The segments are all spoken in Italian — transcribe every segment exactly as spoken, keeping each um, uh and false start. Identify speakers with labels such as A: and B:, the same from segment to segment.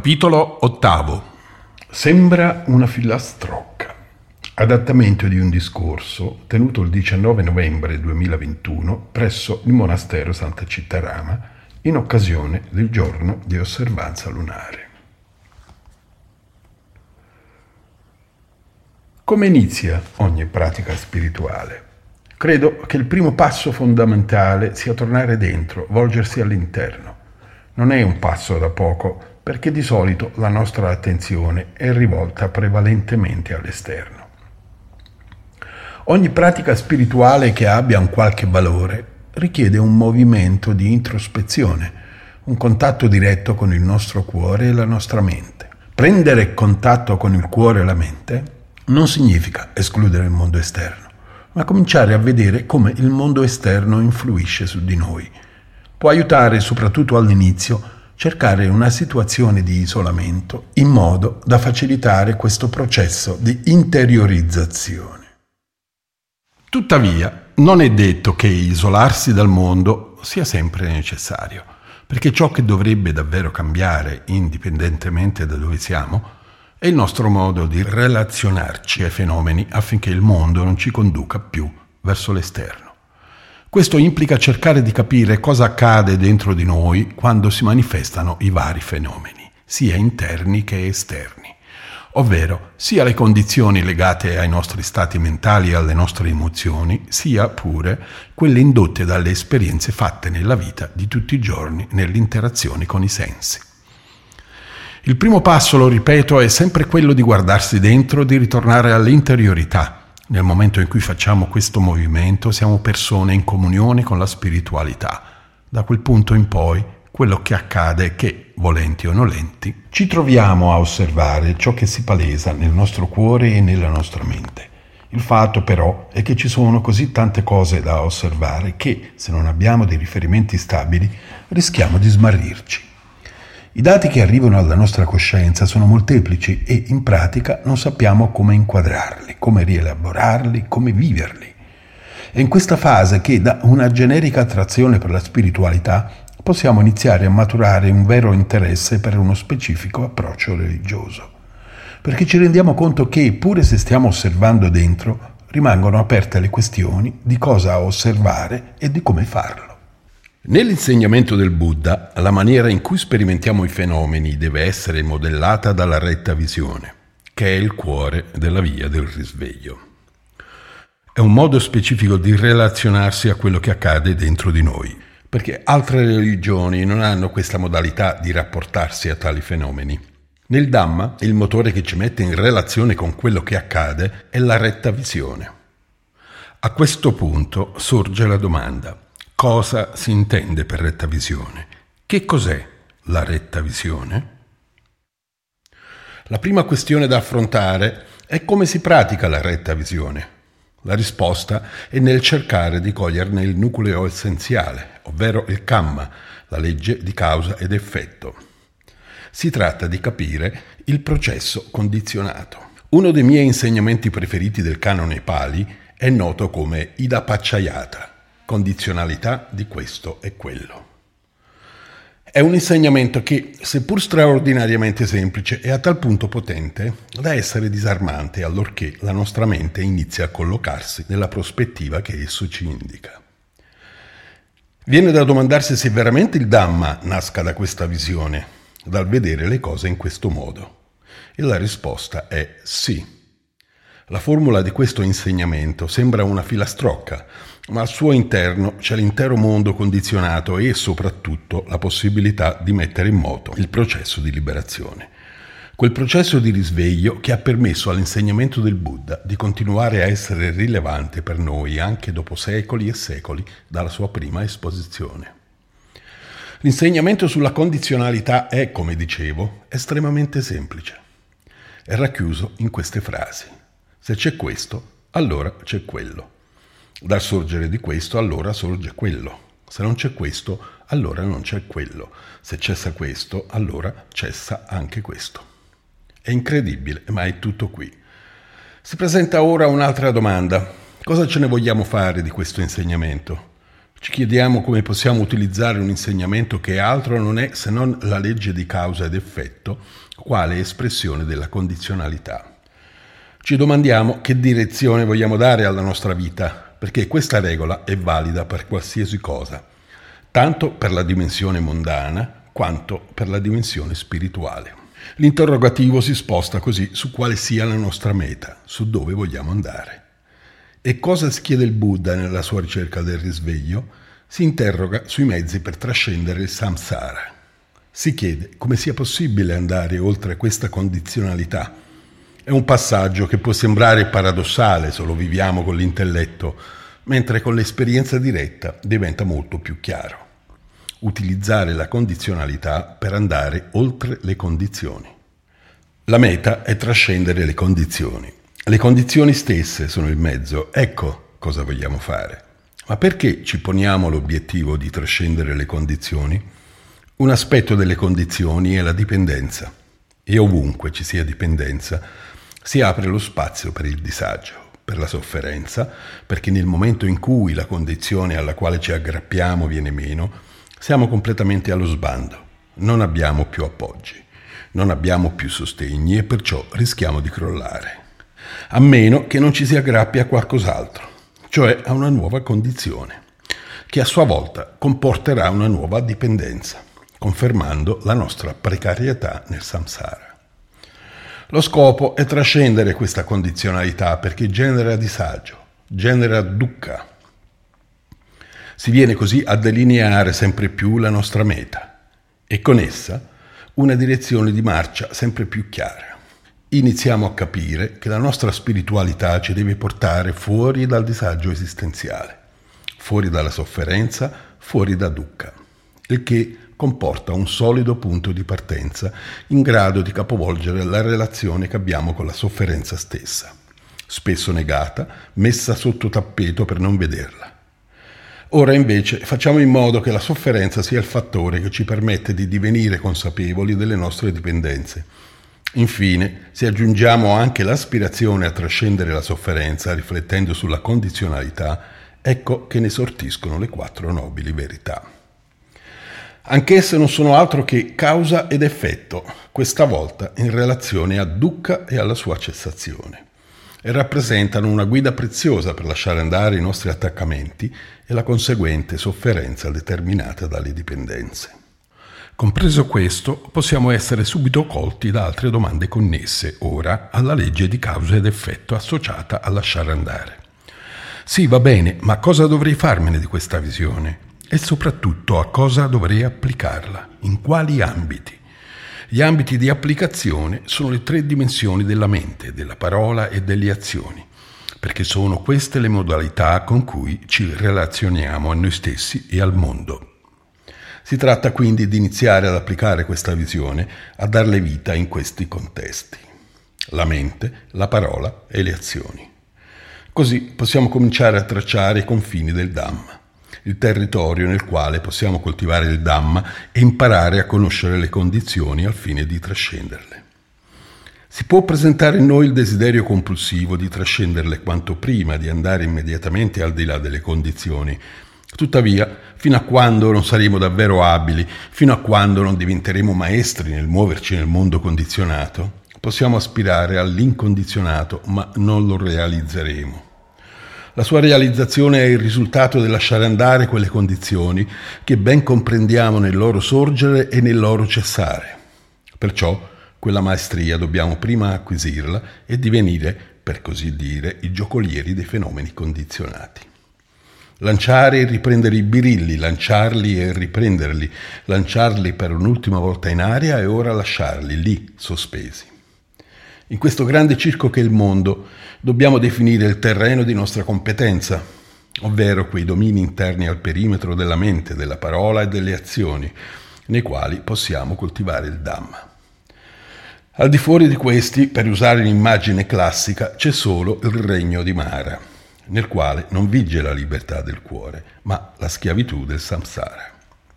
A: Capitolo ottavo.
B: Sembra una filastrocca. Adattamento di un discorso tenuto il diciannove novembre duemilaventuno presso il monastero Santa Cittarama in occasione del giorno di osservanza lunare. Come inizia ogni pratica spirituale? Credo che il primo passo fondamentale sia tornare dentro, volgersi all'interno. Non è un passo da poco, perché di solito la nostra attenzione è rivolta prevalentemente all'esterno. Ogni pratica spirituale che abbia un qualche valore richiede un movimento di introspezione, un contatto diretto con il nostro cuore e la nostra mente. Prendere contatto con il cuore e la mente non significa escludere il mondo esterno, ma cominciare a vedere come il mondo esterno influisce su di noi. Può aiutare, soprattutto all'inizio, cercare una situazione di isolamento in modo da facilitare questo processo di interiorizzazione. Tuttavia, non è detto che isolarsi dal mondo sia sempre necessario, perché ciò che dovrebbe davvero cambiare, indipendentemente da dove siamo, è il nostro modo di relazionarci ai fenomeni affinché il mondo non ci conduca più verso l'esterno. Questo implica cercare di capire cosa accade dentro di noi quando si manifestano i vari fenomeni, sia interni che esterni, ovvero sia le condizioni legate ai nostri stati mentali e alle nostre emozioni, sia pure quelle indotte dalle esperienze fatte nella vita di tutti i giorni nell'interazione con i sensi. Il primo passo, lo ripeto, è sempre quello di guardarsi dentro, di ritornare all'interiorità. Nel momento in cui facciamo questo movimento siamo persone in comunione con la spiritualità. Da quel punto in poi quello che accade è che, volenti o nolenti, ci troviamo a osservare ciò che si palesa nel nostro cuore e nella nostra mente. Il fatto però è che ci sono così tante cose da osservare che, se non abbiamo dei riferimenti stabili, rischiamo di smarrirci. I dati che arrivano alla nostra coscienza sono molteplici e in pratica non sappiamo come inquadrarli, come rielaborarli, come viverli. È in questa fase che da una generica attrazione per la spiritualità possiamo iniziare a maturare un vero interesse per uno specifico approccio religioso. Perché ci rendiamo conto che, pure se stiamo osservando dentro, rimangono aperte le questioni di cosa osservare e di come farlo.
A: Nell'insegnamento del Buddha, la maniera in cui sperimentiamo i fenomeni deve essere modellata dalla retta visione, che è il cuore della via del risveglio. È un modo specifico di relazionarsi a quello che accade dentro di noi, perché altre religioni non hanno questa modalità di rapportarsi a tali fenomeni. Nel Dhamma, il motore che ci mette in relazione con quello che accade è la retta visione. A questo punto sorge la domanda: cosa si intende per retta visione? Che cos'è la retta visione? La prima questione da affrontare è come si pratica la retta visione. La risposta è nel cercare di coglierne il nucleo essenziale, ovvero il Kamma, la legge di causa ed effetto. Si tratta di capire il processo condizionato. Uno dei miei insegnamenti preferiti del canone Pali è noto come Idappaccayata, condizionalità di questo e quello. È un insegnamento che, seppur straordinariamente semplice, è a tal punto potente da essere disarmante allorché la nostra mente inizia a collocarsi nella prospettiva che esso ci indica. Viene da domandarsi se veramente il Dhamma nasca da questa visione, dal vedere le cose in questo modo. E la risposta è sì. La formula di questo insegnamento sembra una filastrocca, ma al suo interno c'è l'intero mondo condizionato e soprattutto la possibilità di mettere in moto il processo di liberazione. Quel processo di risveglio che ha permesso all'insegnamento del Buddha di continuare a essere rilevante per noi anche dopo secoli e secoli dalla sua prima esposizione. L'insegnamento sulla condizionalità è, come dicevo, estremamente semplice. È racchiuso in queste frasi. Se c'è questo, allora c'è quello. Dal sorgere di questo, allora sorge quello. Se non c'è questo, allora non c'è quello. Se cessa questo, allora cessa anche questo. È incredibile, ma è tutto qui. Si presenta ora un'altra domanda. Cosa ce ne vogliamo fare di questo insegnamento? Ci chiediamo come possiamo utilizzare un insegnamento che altro non è se non la legge di causa ed effetto, quale espressione della condizionalità. Ci domandiamo che direzione vogliamo dare alla nostra vita, perché questa regola è valida per qualsiasi cosa, tanto per la dimensione mondana quanto per la dimensione spirituale. L'interrogativo si sposta così su quale sia la nostra meta, su dove vogliamo andare. E cosa si chiede il Buddha nella sua ricerca del risveglio? Si interroga sui mezzi per trascendere il samsara. Si chiede come sia possibile andare oltre questa condizionalità. È un passaggio che può sembrare paradossale se lo viviamo con l'intelletto, mentre con l'esperienza diretta diventa molto più chiaro. Utilizzare la condizionalità per andare oltre le condizioni. La meta è trascendere le condizioni. Le condizioni stesse sono il mezzo, ecco cosa vogliamo fare. Ma perché ci poniamo l'obiettivo di trascendere le condizioni? Un aspetto delle condizioni è la dipendenza. E ovunque ci sia dipendenza, si apre lo spazio per il disagio, per la sofferenza, perché nel momento in cui la condizione alla quale ci aggrappiamo viene meno, siamo completamente allo sbando, non abbiamo più appoggi, non abbiamo più sostegni e perciò rischiamo di crollare. A meno che non ci si aggrappi a qualcos'altro, cioè a una nuova condizione, che a sua volta comporterà una nuova dipendenza, confermando la nostra precarietà nel samsara. Lo scopo è trascendere questa condizionalità perché genera disagio, genera dukkha. Si viene così a delineare sempre più la nostra meta e con essa una direzione di marcia sempre più chiara. Iniziamo a capire che la nostra spiritualità ci deve portare fuori dal disagio esistenziale, fuori dalla sofferenza, fuori da dukkha, il che comporta un solido punto di partenza in grado di capovolgere la relazione che abbiamo con la sofferenza stessa, spesso negata, messa sotto tappeto per non vederla. Ora invece facciamo in modo che la sofferenza sia il fattore che ci permette di divenire consapevoli delle nostre dipendenze. Infine, se aggiungiamo anche l'aspirazione a trascendere la sofferenza riflettendo sulla condizionalità, ecco che ne sortiscono le quattro nobili verità. Anch'esse non sono altro che causa ed effetto, questa volta in relazione a dukkha e alla sua cessazione, e rappresentano una guida preziosa per lasciare andare i nostri attaccamenti e la conseguente sofferenza determinata dalle dipendenze. Compreso questo, possiamo essere subito colti da altre domande connesse, ora, alla legge di causa ed effetto associata a lasciare andare. Sì, va bene, ma cosa dovrei farmene di questa visione? E soprattutto a cosa dovrei applicarla? In quali ambiti? Gli ambiti di applicazione sono le tre dimensioni della mente, della parola e delle azioni, perché sono queste le modalità con cui ci relazioniamo a noi stessi e al mondo. Si tratta quindi di iniziare ad applicare questa visione, a darle vita in questi contesti: la mente, la parola e le azioni. Così possiamo cominciare a tracciare i confini del Dhamma, il territorio nel quale possiamo coltivare il Dhamma e imparare a conoscere le condizioni al fine di trascenderle. Si può presentare in noi il desiderio compulsivo di trascenderle quanto prima, di andare immediatamente al di là delle condizioni. Tuttavia, fino a quando non saremo davvero abili, fino a quando non diventeremo maestri nel muoverci nel mondo condizionato, possiamo aspirare all'incondizionato, ma non lo realizzeremo. La sua realizzazione è il risultato del lasciare andare quelle condizioni che ben comprendiamo nel loro sorgere e nel loro cessare. Perciò, quella maestria dobbiamo prima acquisirla e divenire, per così dire, i giocolieri dei fenomeni condizionati. Lanciare e riprendere i birilli, lanciarli e riprenderli, lanciarli per un'ultima volta in aria e ora lasciarli lì, sospesi. In questo grande circo che è il mondo, dobbiamo definire il terreno di nostra competenza, ovvero quei domini interni al perimetro della mente, della parola e delle azioni, nei quali possiamo coltivare il Dhamma. Al di fuori di questi, per usare un'immagine classica, c'è solo il regno di Mara, nel quale non vige la libertà del cuore, ma la schiavitù del samsara.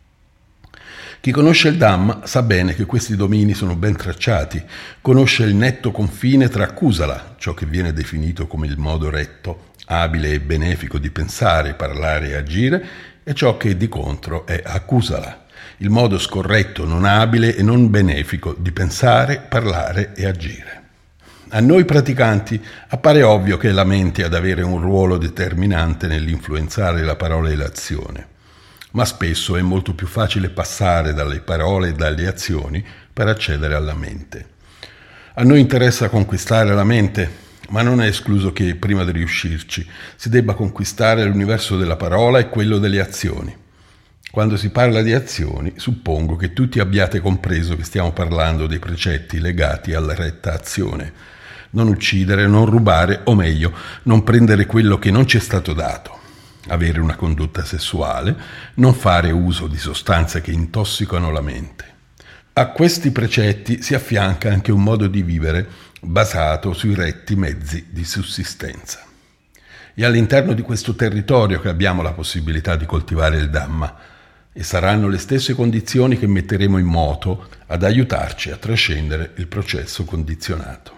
A: Chi conosce il Dhamma sa bene che questi domini sono ben tracciati, conosce il netto confine tra Kusala, ciò che viene definito come il modo retto, abile e benefico di pensare, parlare e agire, e ciò che di contro è accusala, il modo scorretto, non abile e non benefico di pensare, parlare e agire. A noi praticanti appare ovvio che è la mente ad avere un ruolo determinante nell'influenzare la parola e l'azione, ma spesso è molto più facile passare dalle parole e dalle azioni per accedere alla mente. A noi interessa conquistare la mente, ma non è escluso che prima di riuscirci si debba conquistare l'universo della parola e quello delle azioni. Quando si parla di azioni, suppongo che tutti abbiate compreso che stiamo parlando dei precetti legati alla retta azione. Non uccidere, non rubare, o meglio, non prendere quello che non ci è stato dato, avere una condotta sessuale, non fare uso di sostanze che intossicano la mente. A questi precetti si affianca anche un modo di vivere basato sui retti mezzi di sussistenza. È all'interno di questo territorio che abbiamo la possibilità di coltivare il Dhamma, e saranno le stesse condizioni che metteremo in moto ad aiutarci a trascendere il processo condizionato.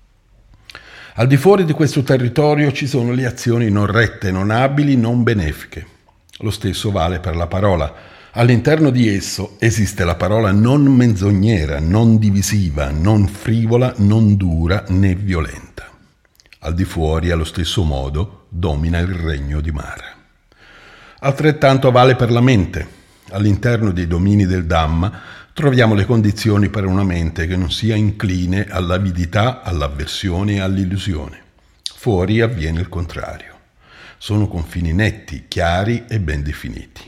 A: Al di fuori di questo territorio ci sono le azioni non rette, non abili, non benefiche. Lo stesso vale per la parola. All'interno di esso esiste la parola non menzognera, non divisiva, non frivola, non dura né violenta. Al di fuori, allo stesso modo, domina il regno di Mara. Altrettanto vale per la mente. All'interno dei domini del Dhamma troviamo le condizioni per una mente che non sia incline all'avidità, all'avversione e all'illusione. Fuori avviene il contrario. Sono confini netti, chiari e ben definiti.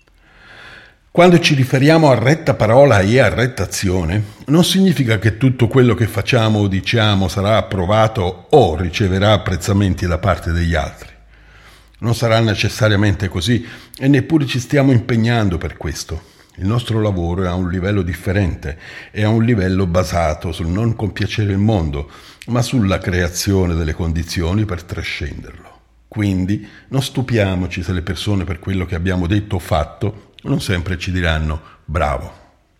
A: Quando ci riferiamo a retta parola e a retta azione, non significa che tutto quello che facciamo o diciamo sarà approvato o riceverà apprezzamenti da parte degli altri. Non sarà necessariamente così e neppure ci stiamo impegnando per questo. Il nostro lavoro è a un livello differente, è a un livello basato sul non compiacere il mondo, ma sulla creazione delle condizioni per trascenderlo. Quindi non stupiamoci se le persone per quello che abbiamo detto o fatto non sempre ci diranno bravo.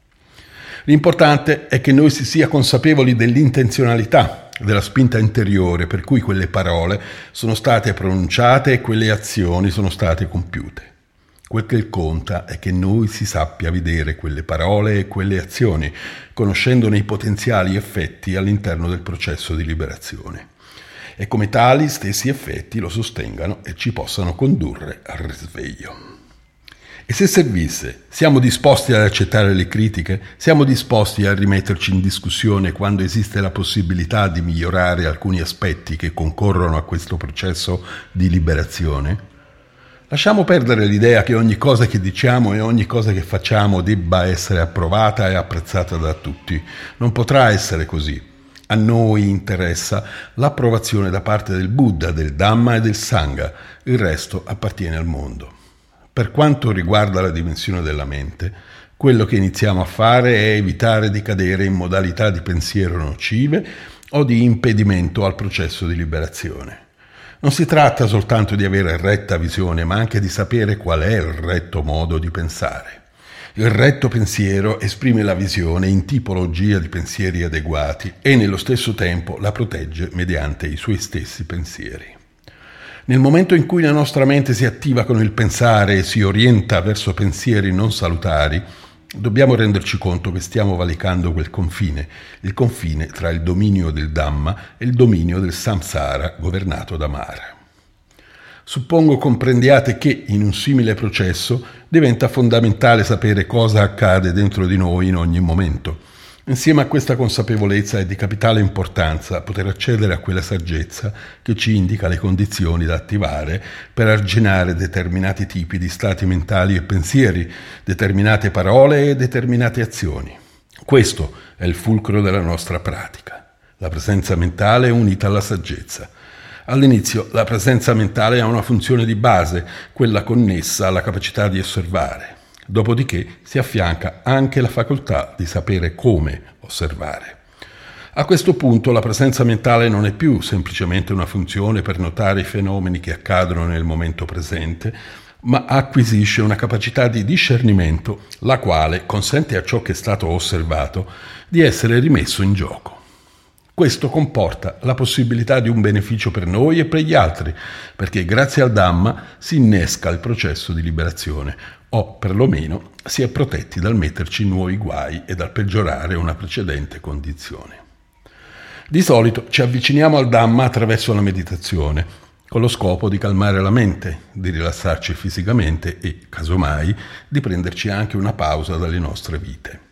A: L'importante è che noi si sia consapevoli dell'intenzionalità, della spinta interiore per cui quelle parole sono state pronunciate e quelle azioni sono state compiute. Quel che conta è che noi si sappia vedere quelle parole e quelle azioni, conoscendone i potenziali effetti all'interno del processo di liberazione, e come tali stessi effetti lo sostengano e ci possano condurre al risveglio. E se servisse, siamo disposti ad accettare le critiche? Siamo disposti a rimetterci in discussione quando esiste la possibilità di migliorare alcuni aspetti che concorrono a questo processo di liberazione? Lasciamo perdere l'idea che ogni cosa che diciamo e ogni cosa che facciamo debba essere approvata e apprezzata da tutti. Non potrà essere così. A noi interessa l'approvazione da parte del Buddha, del Dhamma e del Sangha. Il resto appartiene al mondo. Per quanto riguarda la dimensione della mente, quello che iniziamo a fare è evitare di cadere in modalità di pensiero nocive o di impedimento al processo di liberazione. Non si tratta soltanto di avere retta visione, ma anche di sapere qual è il retto modo di pensare. Il retto pensiero esprime la visione in tipologia di pensieri adeguati e nello stesso tempo la protegge mediante i suoi stessi pensieri. Nel momento in cui la nostra mente si attiva con il pensare e si orienta verso pensieri non salutari, dobbiamo renderci conto che stiamo valicando quel confine, il confine tra il dominio del Dhamma e il dominio del Samsara governato da Mara. Suppongo comprendiate che in un simile processo diventa fondamentale sapere cosa accade dentro di noi in ogni momento. Insieme a questa consapevolezza è di capitale importanza poter accedere a quella saggezza che ci indica le condizioni da attivare per arginare determinati tipi di stati mentali e pensieri, determinate parole e determinate azioni. Questo è il fulcro della nostra pratica, la presenza mentale unita alla saggezza. All'inizio la presenza mentale ha una funzione di base, quella connessa alla capacità di osservare. Dopodiché si affianca anche la facoltà di sapere come osservare. A questo punto la presenza mentale non è più semplicemente una funzione per notare i fenomeni che accadono nel momento presente, ma acquisisce una capacità di discernimento, la quale consente a ciò che è stato osservato di essere rimesso in gioco. Questo comporta la possibilità di un beneficio per noi e per gli altri, perché grazie al Dhamma si innesca il processo di liberazione, o perlomeno si è protetti dal metterci in nuovi guai e dal peggiorare una precedente condizione. Di solito ci avviciniamo al Dhamma attraverso la meditazione, con lo scopo di calmare la mente, di rilassarci fisicamente e, casomai, di prenderci anche una pausa dalle nostre vite.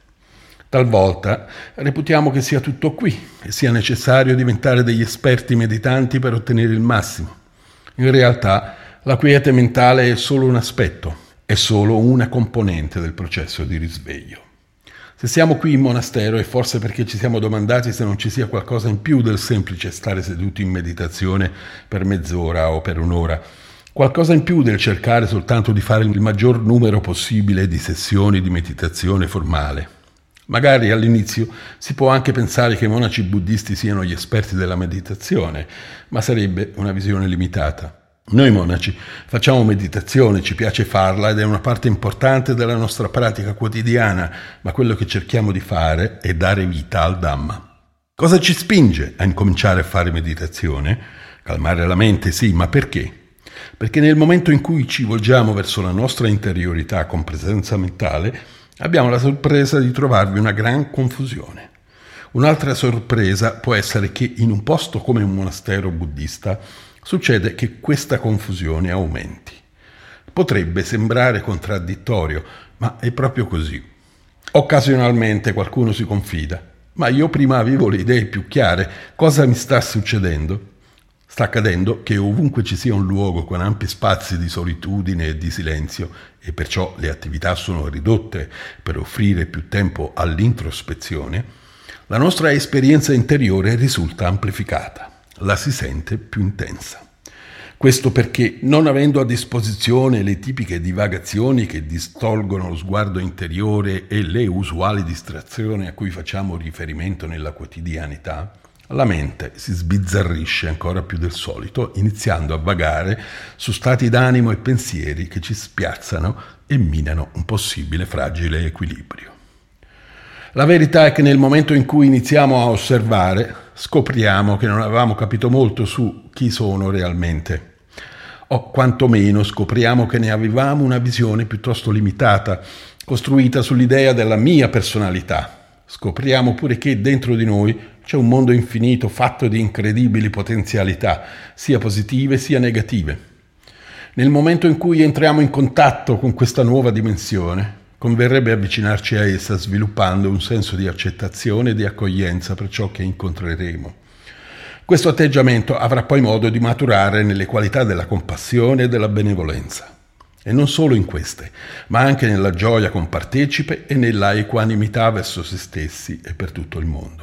A: Talvolta reputiamo che sia tutto qui e sia necessario diventare degli esperti meditanti per ottenere il massimo. In realtà la quiete mentale è solo un aspetto, è solo una componente del processo di risveglio. Se siamo qui in monastero è forse perché ci siamo domandati se non ci sia qualcosa in più del semplice stare seduti in meditazione per mezz'ora o per un'ora, qualcosa in più del cercare soltanto di fare il maggior numero possibile di sessioni di meditazione formale. Magari all'inizio si può anche pensare che i monaci buddisti siano gli esperti della meditazione, ma sarebbe una visione limitata. Noi monaci facciamo meditazione, ci piace farla ed è una parte importante della nostra pratica quotidiana, ma quello che cerchiamo di fare è dare vita al Dhamma. Cosa ci spinge a incominciare a fare meditazione? Calmare la mente, sì, ma perché? Perché nel momento in cui ci volgiamo verso la nostra interiorità con presenza mentale, abbiamo la sorpresa di trovarvi una gran confusione. Un'altra sorpresa può essere che in un posto come un monastero buddista succede che questa confusione aumenti. Potrebbe sembrare contraddittorio, ma è proprio così. Occasionalmente qualcuno si confida: ma io prima avevo le idee più chiare, cosa mi sta succedendo? Sta accadendo che ovunque ci sia un luogo con ampi spazi di solitudine e di silenzio, e perciò le attività sono ridotte per offrire più tempo all'introspezione, la nostra esperienza interiore risulta amplificata, la si sente più intensa. Questo perché, non avendo a disposizione le tipiche divagazioni che distolgono lo sguardo interiore e le usuali distrazioni a cui facciamo riferimento nella quotidianità, la mente si sbizzarrisce ancora più del solito, iniziando a vagare su stati d'animo e pensieri che ci spiazzano e minano un possibile fragile equilibrio. La verità è che nel momento in cui iniziamo a osservare, scopriamo che non avevamo capito molto su chi sono realmente, o quantomeno scopriamo che ne avevamo una visione piuttosto limitata, costruita sull'idea della mia personalità. Scopriamo pure che dentro di noi c'è un mondo infinito fatto di incredibili potenzialità, sia positive sia negative. Nel momento in cui entriamo in contatto con questa nuova dimensione, converrebbe avvicinarci a essa sviluppando un senso di accettazione e di accoglienza per ciò che incontreremo. Questo atteggiamento avrà poi modo di maturare nelle qualità della compassione e della benevolenza. E non solo in queste, ma anche nella gioia compartecipe e nella equanimità verso se stessi e per tutto il mondo.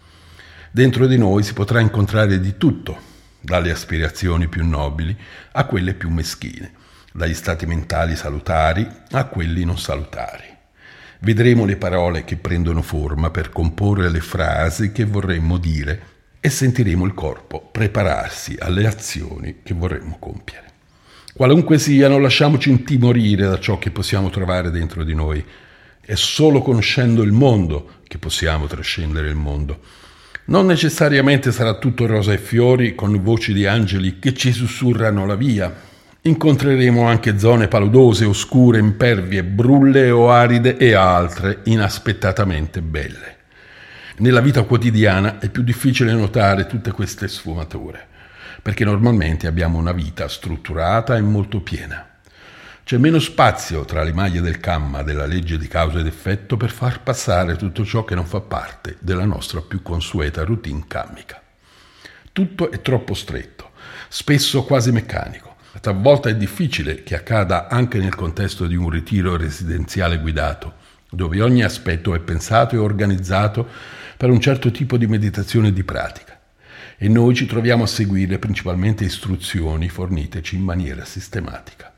A: Dentro di noi si potrà incontrare di tutto, dalle aspirazioni più nobili a quelle più meschine, dagli stati mentali salutari a quelli non salutari. Vedremo le parole che prendono forma per comporre le frasi che vorremmo dire e sentiremo il corpo prepararsi alle azioni che vorremmo compiere. Qualunque sia, non lasciamoci intimorire da ciò che possiamo trovare dentro di noi. È solo conoscendo il mondo che possiamo trascendere il mondo. Non necessariamente sarà tutto rosa e fiori con voci di angeli che ci sussurrano la via. Incontreremo anche zone paludose, oscure, impervie, brulle o aride e altre inaspettatamente belle. Nella vita quotidiana è più difficile notare tutte queste sfumature, perché normalmente abbiamo una vita strutturata e molto piena. C'è meno spazio tra le maglie del Kamma, della legge di causa ed effetto, per far passare tutto ciò che non fa parte della nostra più consueta routine kammica. Tutto è troppo stretto, spesso quasi meccanico. Talvolta è difficile che accada anche nel contesto di un ritiro residenziale guidato, dove ogni aspetto è pensato e organizzato per un certo tipo di meditazione e di pratica. E noi ci troviamo a seguire principalmente istruzioni forniteci in maniera sistematica.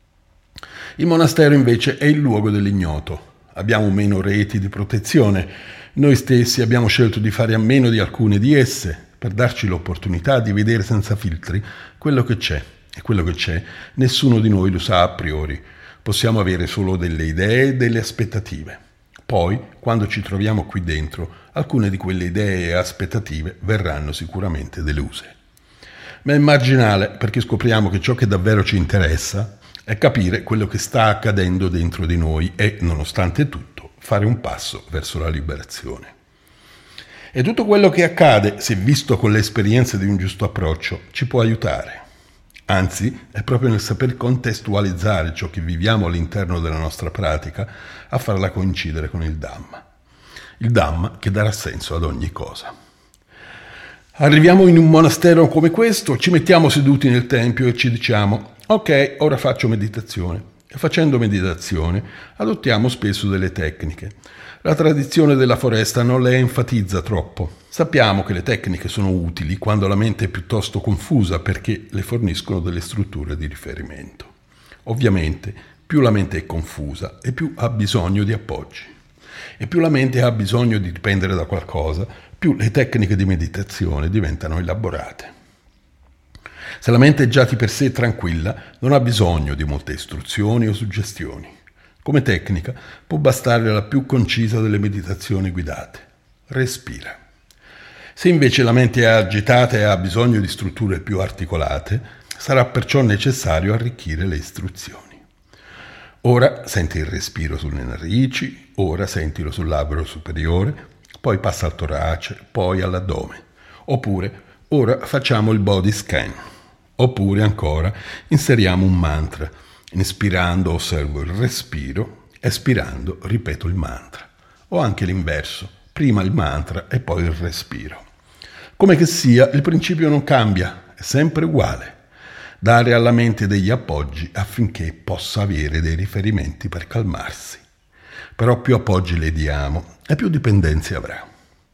A: Il monastero invece è il luogo dell'ignoto. Abbiamo meno reti di protezione. Noi stessi abbiamo scelto di fare a meno di alcune di esse per darci l'opportunità di vedere senza filtri quello che c'è. E quello che c'è nessuno di noi lo sa a priori. Possiamo avere solo delle idee e delle aspettative. Poi, quando ci troviamo qui dentro, alcune di quelle idee e aspettative verranno sicuramente deluse. Ma è marginale, perché scopriamo che ciò che davvero ci interessa è capire quello che sta accadendo dentro di noi e, nonostante tutto, fare un passo verso la liberazione. E tutto quello che accade, se visto con l'esperienza di un giusto approccio, ci può aiutare. Anzi, è proprio nel saper contestualizzare ciò che viviamo all'interno della nostra pratica a farla coincidere con il Dhamma. Il Dhamma che darà senso ad ogni cosa. Arriviamo in un monastero come questo, ci mettiamo seduti nel tempio e ci diciamo «Ok, ora faccio meditazione». E facendo meditazione adottiamo spesso delle tecniche. La tradizione della foresta non le enfatizza troppo. Sappiamo che le tecniche sono utili quando la mente è piuttosto confusa perché le forniscono delle strutture di riferimento. Ovviamente, più la mente è confusa e più ha bisogno di appoggi. E più la mente ha bisogno di dipendere da qualcosa, più le tecniche di meditazione diventano elaborate. Se la mente è già di per sé tranquilla, non ha bisogno di molte istruzioni o suggestioni. Come tecnica può bastare la più concisa delle meditazioni guidate. Respira. Se invece la mente è agitata e ha bisogno di strutture più articolate, sarà perciò necessario arricchire le istruzioni. Ora senti il respiro sulle narici, ora sentilo sul labbro superiore, poi passa al torace, poi all'addome. Oppure, ora facciamo il body scan. Oppure ancora, inseriamo un mantra. Inspirando osservo il respiro, espirando ripeto il mantra. O anche l'inverso, prima il mantra e poi il respiro. Come che sia, il principio non cambia, è sempre uguale. Dare alla mente degli appoggi affinché possa avere dei riferimenti per calmarsi. Però più appoggi le diamo e più dipendenze avrà.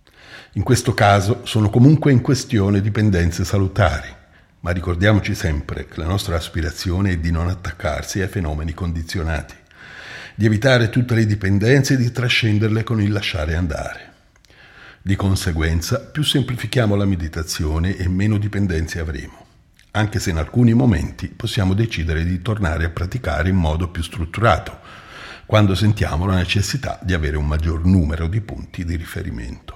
A: In questo caso sono comunque in questione dipendenze salutari, ma ricordiamoci sempre che la nostra aspirazione è di non attaccarsi ai fenomeni condizionati, di evitare tutte le dipendenze e di trascenderle con il lasciare andare. Di conseguenza, più semplifichiamo la meditazione e meno dipendenze avremo, anche se in alcuni momenti possiamo decidere di tornare a praticare in modo più strutturato, quando sentiamo la necessità di avere un maggior numero di punti di riferimento.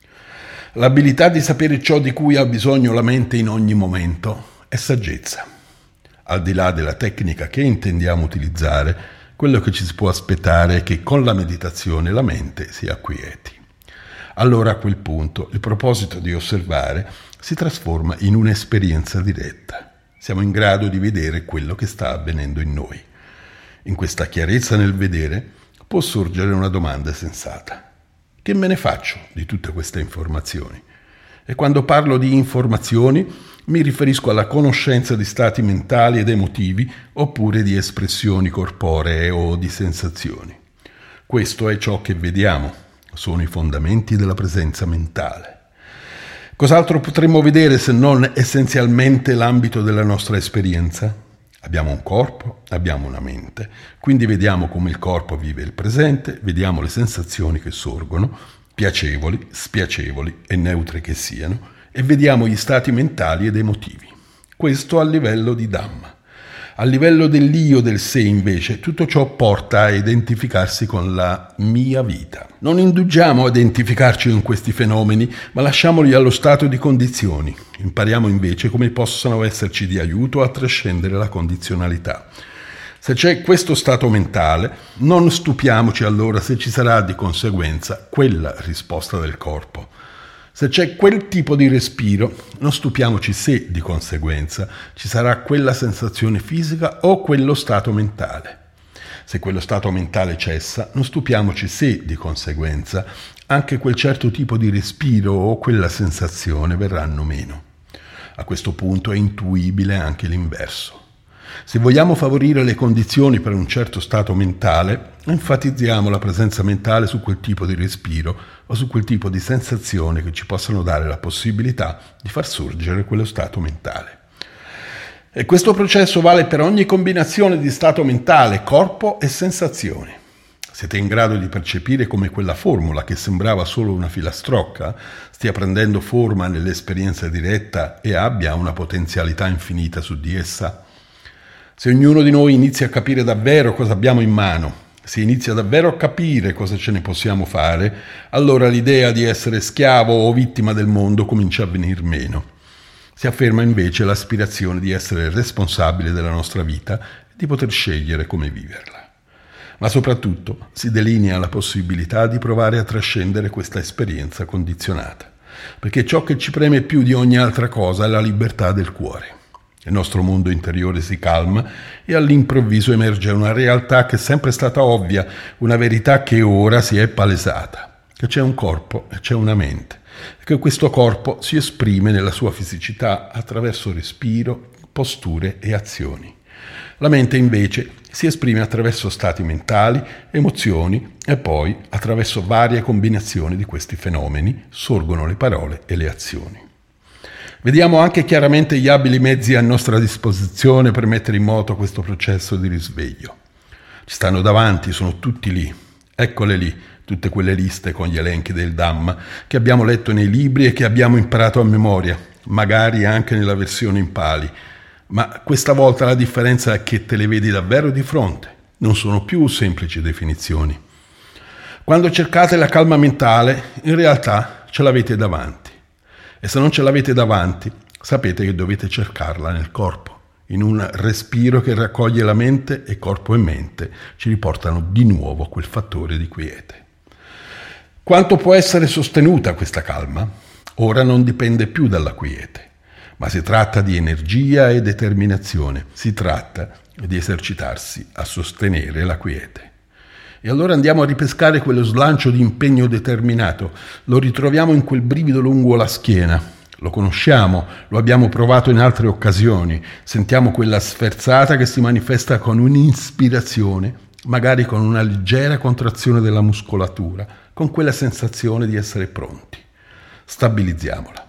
A: L'abilità di sapere ciò di cui ha bisogno la mente in ogni momento è saggezza. Al di là della tecnica che intendiamo utilizzare, quello che ci si può aspettare è che con la meditazione la mente si acquieti. Allora a quel punto il proposito di osservare si trasforma in un'esperienza diretta. Siamo in grado di vedere quello che sta avvenendo in noi. In questa chiarezza nel vedere può sorgere una domanda sensata. Che me ne faccio di tutte queste informazioni? E quando parlo di informazioni mi riferisco alla conoscenza di stati mentali ed emotivi oppure di espressioni corporee o di sensazioni. Questo è ciò che vediamo, sono i fondamenti della presenza mentale. Cos'altro potremmo vedere se non essenzialmente l'ambito della nostra esperienza? Abbiamo un corpo, abbiamo una mente, quindi vediamo come il corpo vive il presente, vediamo le sensazioni che sorgono, piacevoli, spiacevoli e neutre che siano, e vediamo gli stati mentali ed emotivi. Questo a livello di Dhamma. A livello dell'io del sé, invece, tutto ciò porta a identificarsi con la mia vita. Non indugiamo a identificarci con questi fenomeni, ma lasciamoli allo stato di condizioni. Impariamo invece come possano esserci di aiuto a trascendere la condizionalità. Se c'è questo stato mentale, non stupiamoci allora se ci sarà di conseguenza quella risposta del corpo. Se c'è quel tipo di respiro, non stupiamoci se, di conseguenza, ci sarà quella sensazione fisica o quello stato mentale. Se quello stato mentale cessa, non stupiamoci se, di conseguenza, anche quel certo tipo di respiro o quella sensazione verranno meno. A questo punto è intuibile anche l'inverso. Se vogliamo favorire le condizioni per un certo stato mentale, enfatizziamo la presenza mentale su quel tipo di respiro o su quel tipo di sensazione che ci possano dare la possibilità di far sorgere quello stato mentale. E questo processo vale per ogni combinazione di stato mentale, corpo e sensazioni. Siete in grado di percepire come quella formula, che sembrava solo una filastrocca, stia prendendo forma nell'esperienza diretta e abbia una potenzialità infinita su di essa? Se ognuno di noi inizia a capire davvero cosa abbiamo in mano, si inizia davvero a capire cosa ce ne possiamo fare, allora l'idea di essere schiavo o vittima del mondo comincia a venir meno. Si afferma invece l'aspirazione di essere responsabile della nostra vita e di poter scegliere come viverla. Ma soprattutto si delinea la possibilità di provare a trascendere questa esperienza condizionata, perché ciò che ci preme più di ogni altra cosa è la libertà del cuore. Il nostro mondo interiore si calma e all'improvviso emerge una realtà che è sempre stata ovvia, una verità che ora si è palesata, che c'è un corpo e c'è una mente, e che questo corpo si esprime nella sua fisicità attraverso respiro, posture e azioni. La mente invece si esprime attraverso stati mentali, emozioni e poi, attraverso varie combinazioni di questi fenomeni, sorgono le parole e le azioni. Vediamo anche chiaramente gli abili mezzi a nostra disposizione per mettere in moto questo processo di risveglio. Ci stanno davanti, sono tutti lì. Eccole lì, tutte quelle liste con gli elenchi del Dhamma che abbiamo letto nei libri e che abbiamo imparato a memoria, magari anche nella versione in Pali. Ma questa volta la differenza è che te le vedi davvero di fronte, non sono più semplici definizioni. Quando cercate la calma mentale, in realtà ce l'avete davanti. E se non ce l'avete davanti, sapete che dovete cercarla nel corpo, in un respiro che raccoglie la mente e corpo e mente ci riportano di nuovo a quel fattore di quiete. Quanto può essere sostenuta questa calma? Ora non dipende più dalla quiete, ma si tratta di energia e determinazione, si tratta di esercitarsi a sostenere la quiete. E allora andiamo a ripescare quello slancio di impegno determinato, lo ritroviamo in quel brivido lungo la schiena, lo conosciamo, lo abbiamo provato in altre occasioni, sentiamo quella sferzata che si manifesta con un'ispirazione, magari con una leggera contrazione della muscolatura, con quella sensazione di essere pronti. Stabilizziamola.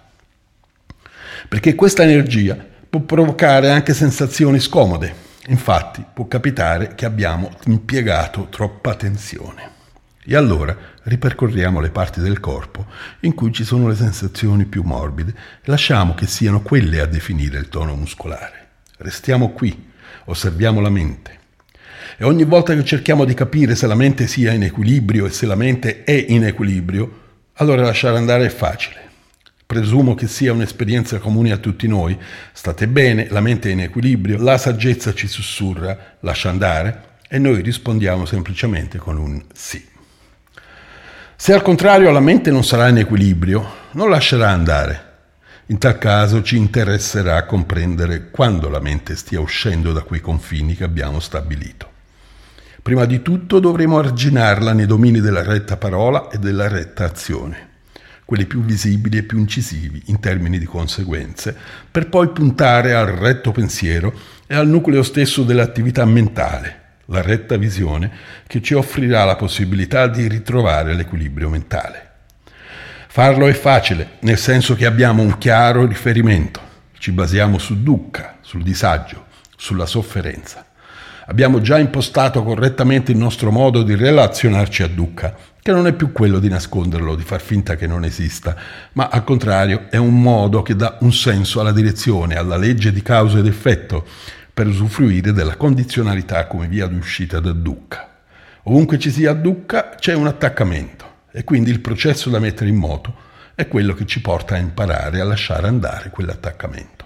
A: Perché questa energia può provocare anche sensazioni scomode. Infatti può capitare che abbiamo impiegato troppa tensione. E allora ripercorriamo le parti del corpo in cui ci sono le sensazioni più morbide e lasciamo che siano quelle a definire il tono muscolare. Restiamo qui, osserviamo la mente. E ogni volta che cerchiamo di capire se la mente sia in equilibrio e se la mente è in equilibrio, allora lasciare andare è facile. Presumo che sia un'esperienza comune a tutti noi. State bene, la mente è in equilibrio, la saggezza ci sussurra, lascia andare, e noi rispondiamo semplicemente con un sì. Se al contrario la mente non sarà in equilibrio, non lascerà andare. In tal caso ci interesserà comprendere quando la mente stia uscendo da quei confini che abbiamo stabilito. Prima di tutto dovremo arginarla nei domini della retta parola e della retta azione, quelli più visibili e più incisivi in termini di conseguenze, per poi puntare al retto pensiero e al nucleo stesso dell'attività mentale, la retta visione che ci offrirà la possibilità di ritrovare l'equilibrio mentale. Farlo è facile, nel senso che abbiamo un chiaro riferimento, ci basiamo su dukkha, sul disagio, sulla sofferenza. Abbiamo già impostato correttamente il nostro modo di relazionarci a dukkha, che non è più quello di nasconderlo, di far finta che non esista, ma al contrario è un modo che dà un senso alla direzione, alla legge di causa ed effetto, per usufruire della condizionalità come via d'uscita da dukkha. Ovunque ci sia dukkha c'è un attaccamento e quindi il processo da mettere in moto è quello che ci porta a imparare a lasciare andare quell'attaccamento.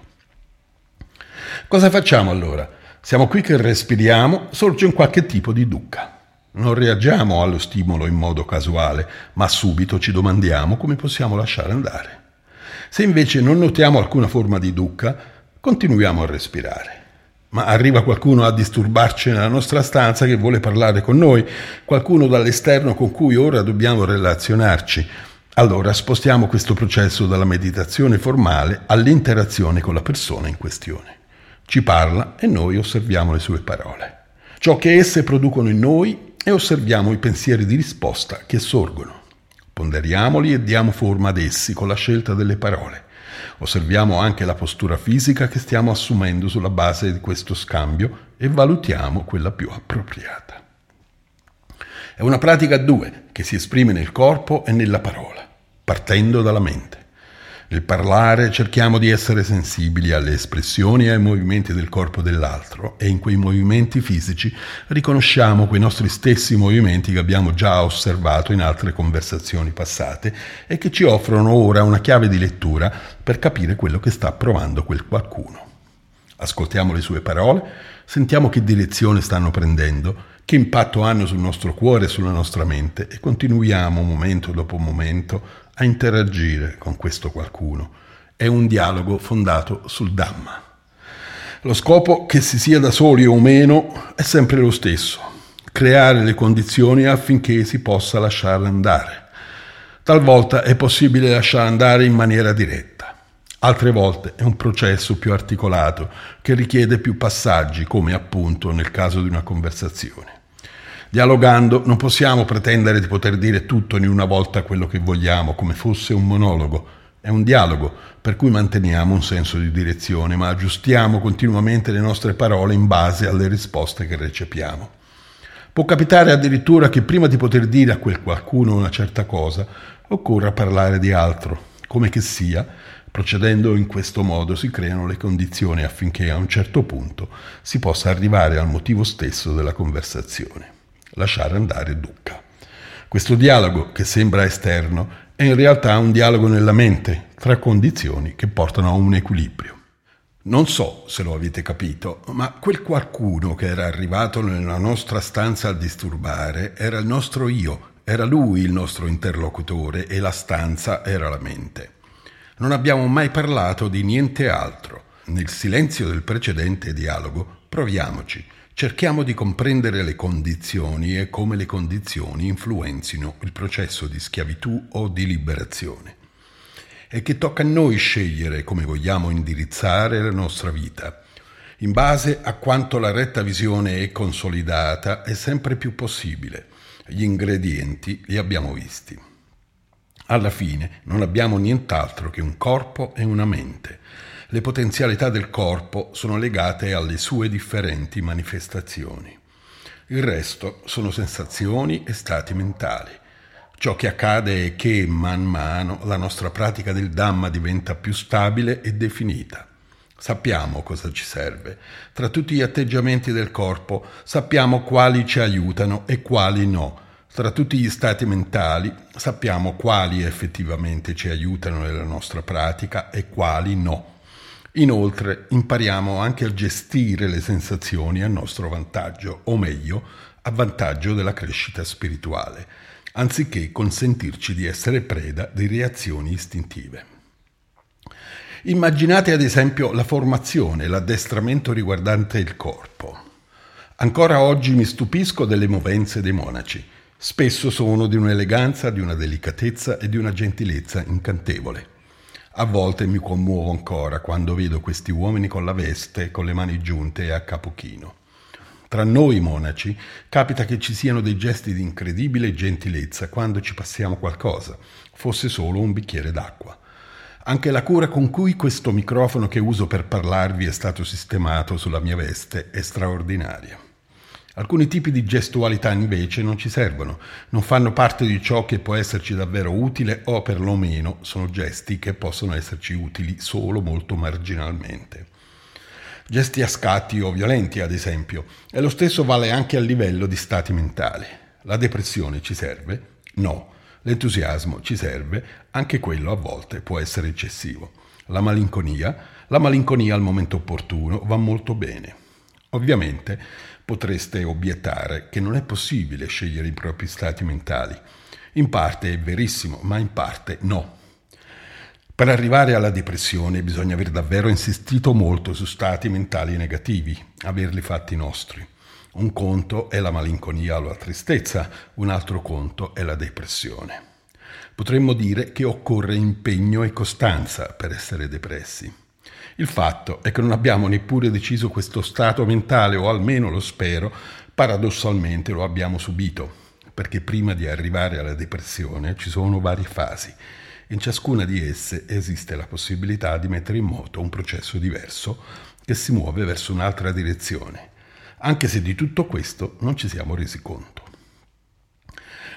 A: Cosa facciamo allora? Siamo qui che respiriamo, sorge un qualche tipo di dukkha. Non reagiamo allo stimolo in modo casuale, ma subito ci domandiamo come possiamo lasciare andare. Se invece non notiamo alcuna forma di dukkha, continuiamo a respirare. Ma arriva qualcuno a disturbarci nella nostra stanza che vuole parlare con noi, qualcuno dall'esterno con cui ora dobbiamo relazionarci. Allora spostiamo questo processo dalla meditazione formale all'interazione con la persona in questione. Ci parla e noi osserviamo le sue parole. Ciò che esse producono in noi e osserviamo i pensieri di risposta che sorgono. Ponderiamoli e diamo forma ad essi con la scelta delle parole. Osserviamo anche la postura fisica che stiamo assumendo sulla base di questo scambio e valutiamo quella più appropriata. È una pratica a due che si esprime nel corpo e nella parola, partendo dalla mente. Nel parlare cerchiamo di essere sensibili alle espressioni e ai movimenti del corpo dell'altro e in quei movimenti fisici riconosciamo quei nostri stessi movimenti che abbiamo già osservato in altre conversazioni passate e che ci offrono ora una chiave di lettura per capire quello che sta provando quel qualcuno. Ascoltiamo le sue parole, sentiamo che direzione stanno prendendo, che impatto hanno sul nostro cuore e sulla nostra mente e continuiamo momento dopo momento a interagire con questo qualcuno. È un dialogo fondato sul Dhamma. Lo scopo, che si sia da soli o meno, è sempre lo stesso: creare le condizioni affinché si possa lasciare andare. Talvolta è possibile lasciare andare in maniera diretta, altre volte è un processo più articolato che richiede più passaggi, come appunto nel caso di una conversazione. Dialogando non possiamo pretendere di poter dire tutto in una volta quello che vogliamo, come fosse un monologo. È un dialogo, per cui manteniamo un senso di direzione, ma aggiustiamo continuamente le nostre parole in base alle risposte che recepiamo. Può capitare addirittura che prima di poter dire a quel qualcuno una certa cosa, occorra parlare di altro. Come che sia, procedendo in questo modo si creano le condizioni affinché a un certo punto si possa arrivare al motivo stesso della conversazione. Lasciare andare dukkha. Questo dialogo, che sembra esterno, è in realtà un dialogo nella mente, tra condizioni che portano a un equilibrio. Non so se lo avete capito, ma quel qualcuno che era arrivato nella nostra stanza a disturbare era il nostro io, era lui il nostro interlocutore e la stanza era la mente. Non abbiamo mai parlato di niente altro. Nel silenzio del precedente dialogo proviamoci. Cerchiamo di comprendere le condizioni e come le condizioni influenzino il processo di schiavitù o di liberazione. E che tocca a noi scegliere come vogliamo indirizzare la nostra vita. In base a quanto la retta visione è consolidata è sempre più possibile. Gli ingredienti li abbiamo visti. Alla fine non abbiamo nient'altro che un corpo e una mente. Le potenzialità del corpo sono legate alle sue differenti manifestazioni. Il resto sono sensazioni e stati mentali. Ciò che accade è che man mano la nostra pratica del Dhamma diventa più stabile e definita. Sappiamo cosa ci serve. Tra tutti gli atteggiamenti del corpo sappiamo quali ci aiutano e quali no. Tra tutti gli stati mentali sappiamo quali effettivamente ci aiutano nella nostra pratica e quali no. Inoltre impariamo anche a gestire le sensazioni a nostro vantaggio, o meglio, a vantaggio della crescita spirituale, anziché consentirci di essere preda di reazioni istintive. Immaginate ad esempio la formazione, l'addestramento riguardante il corpo. Ancora oggi mi stupisco delle movenze dei monaci. Spesso sono di un'eleganza, di una delicatezza e di una gentilezza incantevole. A volte mi commuovo ancora quando vedo questi uomini con la veste, con le mani giunte e a capo chino. Tra noi monaci capita che ci siano dei gesti di incredibile gentilezza quando ci passiamo qualcosa, fosse solo un bicchiere d'acqua. Anche la cura con cui questo microfono che uso per parlarvi è stato sistemato sulla mia veste è straordinaria. Alcuni tipi di gestualità invece non ci servono, non fanno parte di ciò che può esserci davvero utile o perlomeno sono gesti che possono esserci utili solo molto marginalmente. Gesti a scatti o violenti, ad esempio, e lo stesso vale anche a livello di stati mentali. La depressione ci serve? No. L'entusiasmo ci serve? Anche quello a volte può essere eccessivo. La malinconia? La malinconia al momento opportuno va molto bene. Ovviamente potreste obiettare che non è possibile scegliere i propri stati mentali. In parte è verissimo, ma in parte no. Per arrivare alla depressione bisogna aver davvero insistito molto su stati mentali negativi, averli fatti nostri. Un conto è la malinconia o la tristezza, un altro conto è la depressione. Potremmo dire che occorre impegno e costanza per essere depressi. Il fatto è che non abbiamo neppure deciso questo stato mentale, o almeno lo spero, paradossalmente lo abbiamo subito, perché prima di arrivare alla depressione ci sono varie fasi. In ciascuna di esse esiste la possibilità di mettere in moto un processo diverso che si muove verso un'altra direzione, anche se di tutto questo non ci siamo resi conto.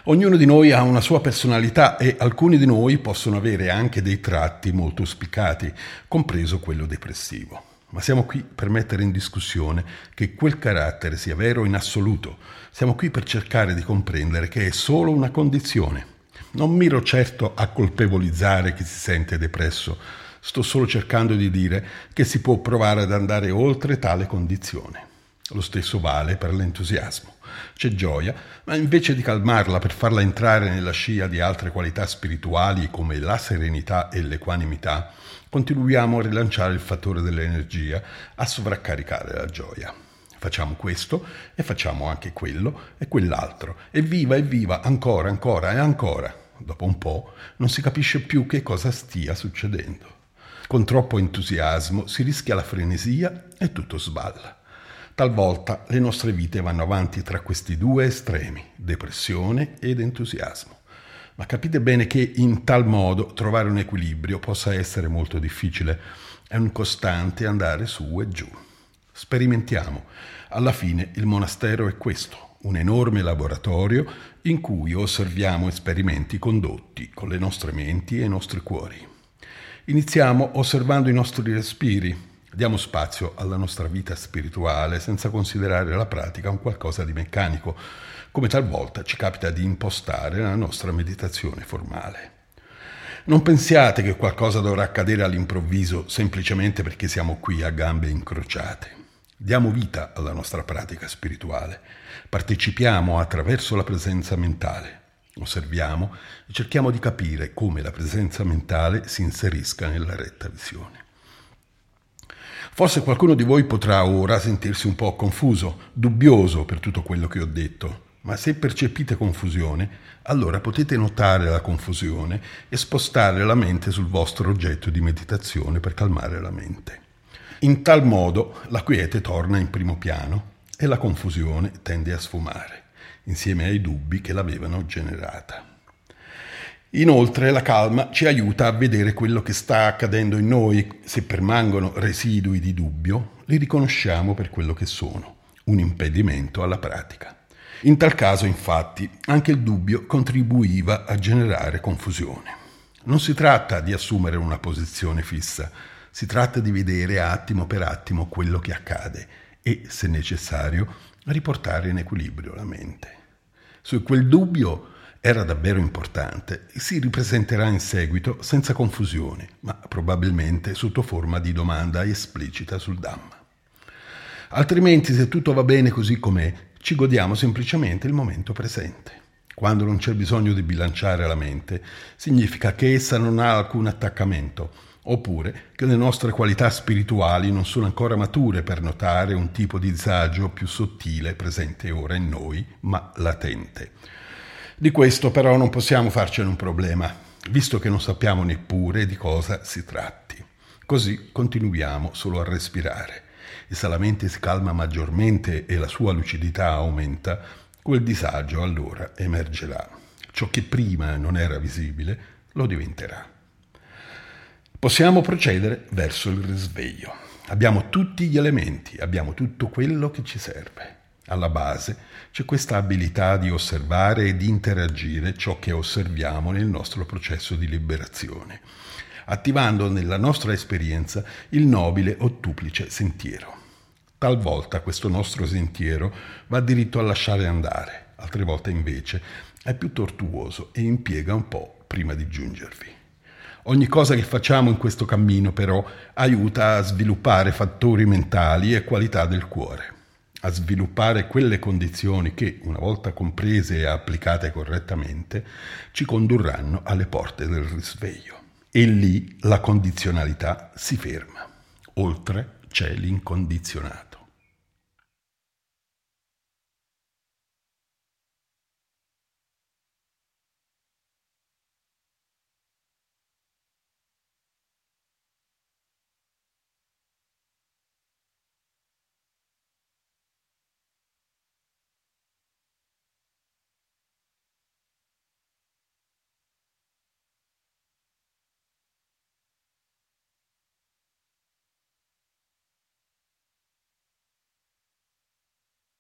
A: Ognuno di noi ha una sua personalità e alcuni di noi possono avere anche dei tratti molto spiccati, compreso quello depressivo. Ma siamo qui per mettere in discussione che quel carattere sia vero in assoluto. Siamo qui per cercare di comprendere che è solo una condizione. Non miro certo a colpevolizzare chi si sente depresso. Sto solo cercando di dire che si può provare ad andare oltre tale condizione. Lo stesso vale per l'entusiasmo. C'è gioia, ma invece di calmarla per farla entrare nella scia di altre qualità spirituali come la serenità e l'equanimità, continuiamo a rilanciare il fattore dell'energia, a sovraccaricare la gioia. Facciamo questo e facciamo anche quello e quell'altro. Evviva, evviva, ancora, ancora e ancora. Dopo un po' non si capisce più che cosa stia succedendo. Con troppo entusiasmo si rischia la frenesia e tutto sballa. Talvolta le nostre vite vanno avanti tra questi due estremi, depressione ed entusiasmo. Ma capite bene che in tal modo trovare un equilibrio possa essere molto difficile. È un costante andare su e giù. Sperimentiamo. Alla fine il monastero è questo, un enorme laboratorio in cui osserviamo esperimenti condotti con le nostre menti e i nostri cuori. Iniziamo osservando i nostri respiri. Diamo spazio alla nostra vita spirituale senza considerare la pratica un qualcosa di meccanico, come talvolta ci capita di impostare la nostra meditazione formale. Non pensiate che qualcosa dovrà accadere all'improvviso semplicemente perché siamo qui a gambe incrociate. Diamo vita alla nostra pratica spirituale. Partecipiamo attraverso la presenza mentale. Osserviamo e cerchiamo di capire come la presenza mentale si inserisca nella retta visione. Forse qualcuno di voi potrà ora sentirsi un po' confuso, dubbioso per tutto quello che ho detto, ma se percepite confusione, allora potete notare la confusione e spostare la mente sul vostro oggetto di meditazione per calmare la mente. In tal modo la quiete torna in primo piano e la confusione tende a sfumare, insieme ai dubbi che l'avevano generata. Inoltre la calma ci aiuta a vedere quello che sta accadendo in noi. Se permangono residui di dubbio, li riconosciamo per quello che sono, un impedimento alla pratica. In tal caso, infatti, anche il dubbio contribuiva a generare confusione. Non si tratta di assumere una posizione fissa, si tratta di vedere attimo per attimo quello che accade e, se necessario, riportare in equilibrio la mente. Su quel dubbio era davvero importante e si ripresenterà in seguito senza confusione, ma probabilmente sotto forma di domanda esplicita sul Dhamma. Altrimenti, se tutto va bene così com'è, ci godiamo semplicemente il momento presente. Quando non c'è bisogno di bilanciare la mente, significa che essa non ha alcun attaccamento, oppure che le nostre qualità spirituali non sono ancora mature per notare un tipo di disagio più sottile presente ora in noi, ma latente. Di questo però non possiamo farcene un problema, visto che non sappiamo neppure di cosa si tratti. Così continuiamo solo a respirare e se la mente si calma maggiormente e la sua lucidità aumenta, quel disagio allora emergerà. Ciò che prima non era visibile lo diventerà. Possiamo procedere verso il risveglio. Abbiamo tutti gli elementi, abbiamo tutto quello che ci serve. Alla base c'è questa abilità di osservare e di interagire ciò che osserviamo nel nostro processo di liberazione, attivando nella nostra esperienza il nobile ottuplice sentiero. Talvolta questo nostro sentiero va diritto a lasciare andare, altre volte invece è più tortuoso e impiega un po' prima di giungervi. Ogni cosa che facciamo in questo cammino però aiuta a sviluppare fattori mentali e qualità del cuore, a sviluppare quelle condizioni che, una volta comprese e applicate correttamente, ci condurranno alle porte del risveglio. E lì la condizionalità si ferma. Oltre c'è l'incondizionato.